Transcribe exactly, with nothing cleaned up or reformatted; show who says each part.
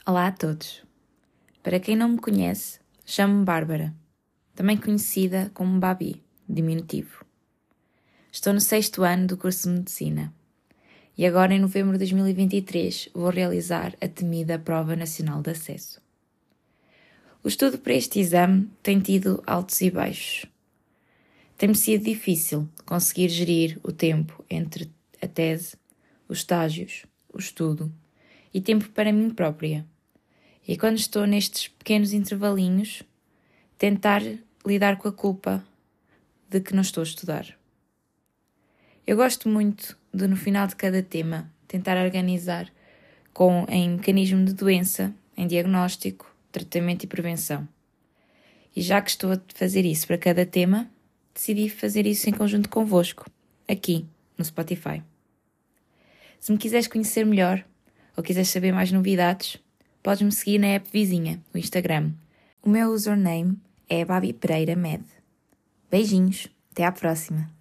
Speaker 1: Olá a todos. Para quem não me conhece, chamo-me Bárbara, também conhecida como Babi, diminutivo. Estou no sexto ano do curso de Medicina e agora, em novembro de dois mil e vinte e três, vou realizar a temida Prova Nacional de Acesso. O estudo para este exame tem tido altos e baixos. Tem-me sido difícil conseguir gerir o tempo entre a tese, os estágios, o estudo e tempo para mim própria. E quando estou nestes pequenos intervalinhos, tentar lidar com a culpa de que não estou a estudar. Eu gosto muito de, no final de cada tema, tentar organizar com, em mecanismo de doença, em diagnóstico, tratamento e prevenção. E já que estou a fazer isso para cada tema, decidi fazer isso em conjunto convosco, aqui, no Spotify. Se me quiseres conhecer melhor, ou quiseres saber mais novidades, podes-me seguir na app vizinha, o Instagram. O meu username é Babi Pereira Med. Beijinhos, até à próxima!